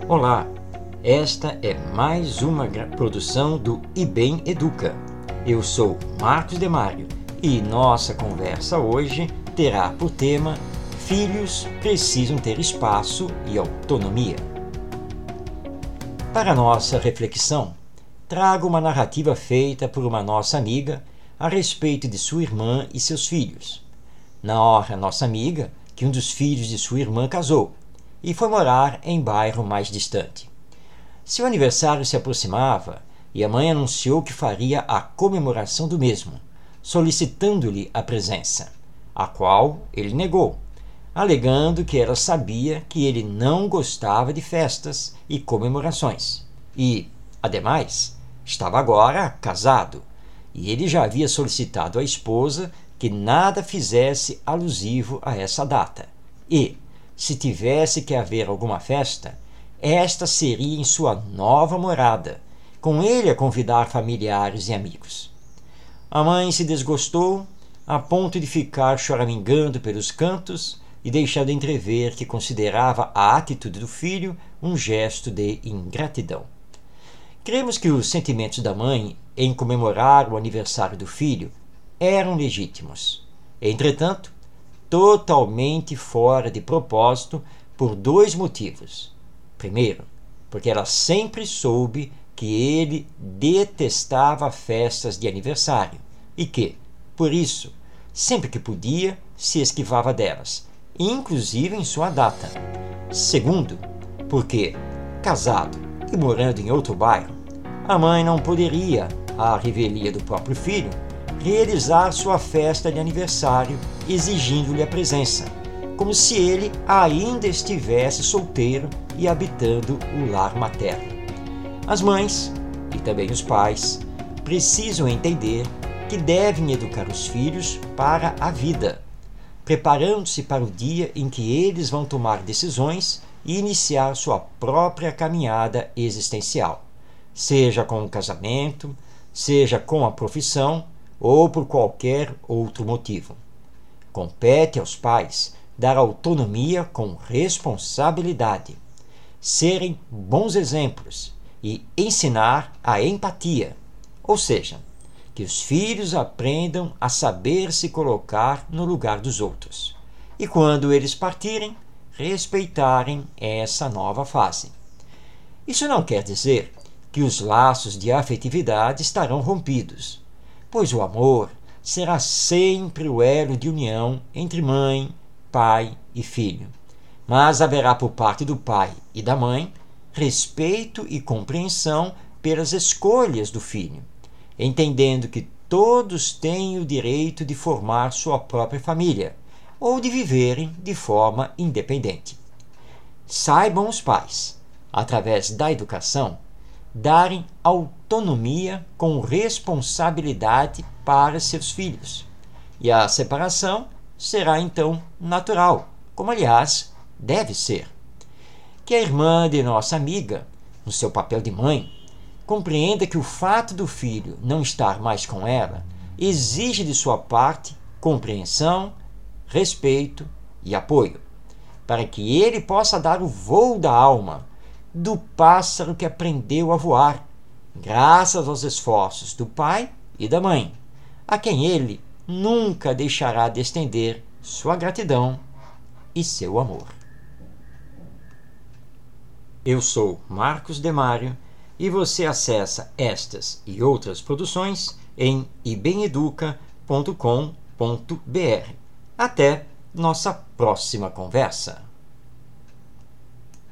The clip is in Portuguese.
Olá, esta é mais uma produção do IBEM Educa. Eu sou Marcos Demário e nossa conversa hoje terá por tema Filhos precisam ter espaço e autonomia. Para nossa reflexão, trago uma narrativa feita por uma nossa amiga a respeito de sua irmã e seus filhos. Narra nossa amiga que um dos filhos de sua irmã casou e foi morar em bairro mais distante. Seu aniversário se aproximava e a mãe anunciou que faria a comemoração do mesmo, solicitando-lhe a presença, a qual ele negou, alegando que ela sabia que ele não gostava de festas e comemorações e, ademais, estava agora casado e ele já havia solicitado à esposa que nada fizesse alusivo a essa data e, se tivesse que haver alguma festa, esta seria em sua nova morada, com ele a convidar familiares e amigos. A mãe se desgostou a ponto de ficar choramingando pelos cantos e deixando entrever que considerava a atitude do filho um gesto de ingratidão. Cremos que os sentimentos da mãe em comemorar o aniversário do filho eram legítimos. Entretanto, totalmente fora de propósito por dois motivos. Primeiro, porque ela sempre soube que ele detestava festas de aniversário e que, por isso, sempre que podia, se esquivava delas, inclusive em sua data. Segundo, porque, casado e morando em outro bairro, a mãe não poderia, à revelia do próprio filho, realizar sua festa de aniversário exigindo-lhe a presença, como se ele ainda estivesse solteiro e habitando o lar materno. As mães, e também os pais, precisam entender que devem educar os filhos para a vida, preparando-se para o dia em que eles vão tomar decisões e iniciar sua própria caminhada existencial, seja com o casamento, seja com a profissão ou por qualquer outro motivo. Compete aos pais dar autonomia com responsabilidade, serem bons exemplos e ensinar a empatia, ou seja, que os filhos aprendam a saber se colocar no lugar dos outros e, quando eles partirem, respeitarem essa nova fase. Isso não quer dizer que os laços de afetividade estarão rompidos, pois o amor será sempre o elo de união entre mãe, pai e filho. Mas haverá por parte do pai e da mãe respeito e compreensão pelas escolhas do filho, entendendo que todos têm o direito de formar sua própria família ou de viverem de forma independente. Saibam os pais, através da educação, darem autonomia com responsabilidade para seus filhos. E a separação será então natural, como aliás deve ser. Que a irmã de nossa amiga, no seu papel de mãe, compreenda que o fato do filho não estar mais com ela exige de sua parte compreensão, respeito e apoio, para que ele possa dar o voo da alma do pássaro que aprendeu a voar, graças aos esforços do pai e da mãe, a quem ele nunca deixará de estender sua gratidão e seu amor. Eu sou Marcos Demário e você acessa estas e outras produções em ibemeduca.com.br. Até nossa próxima conversa.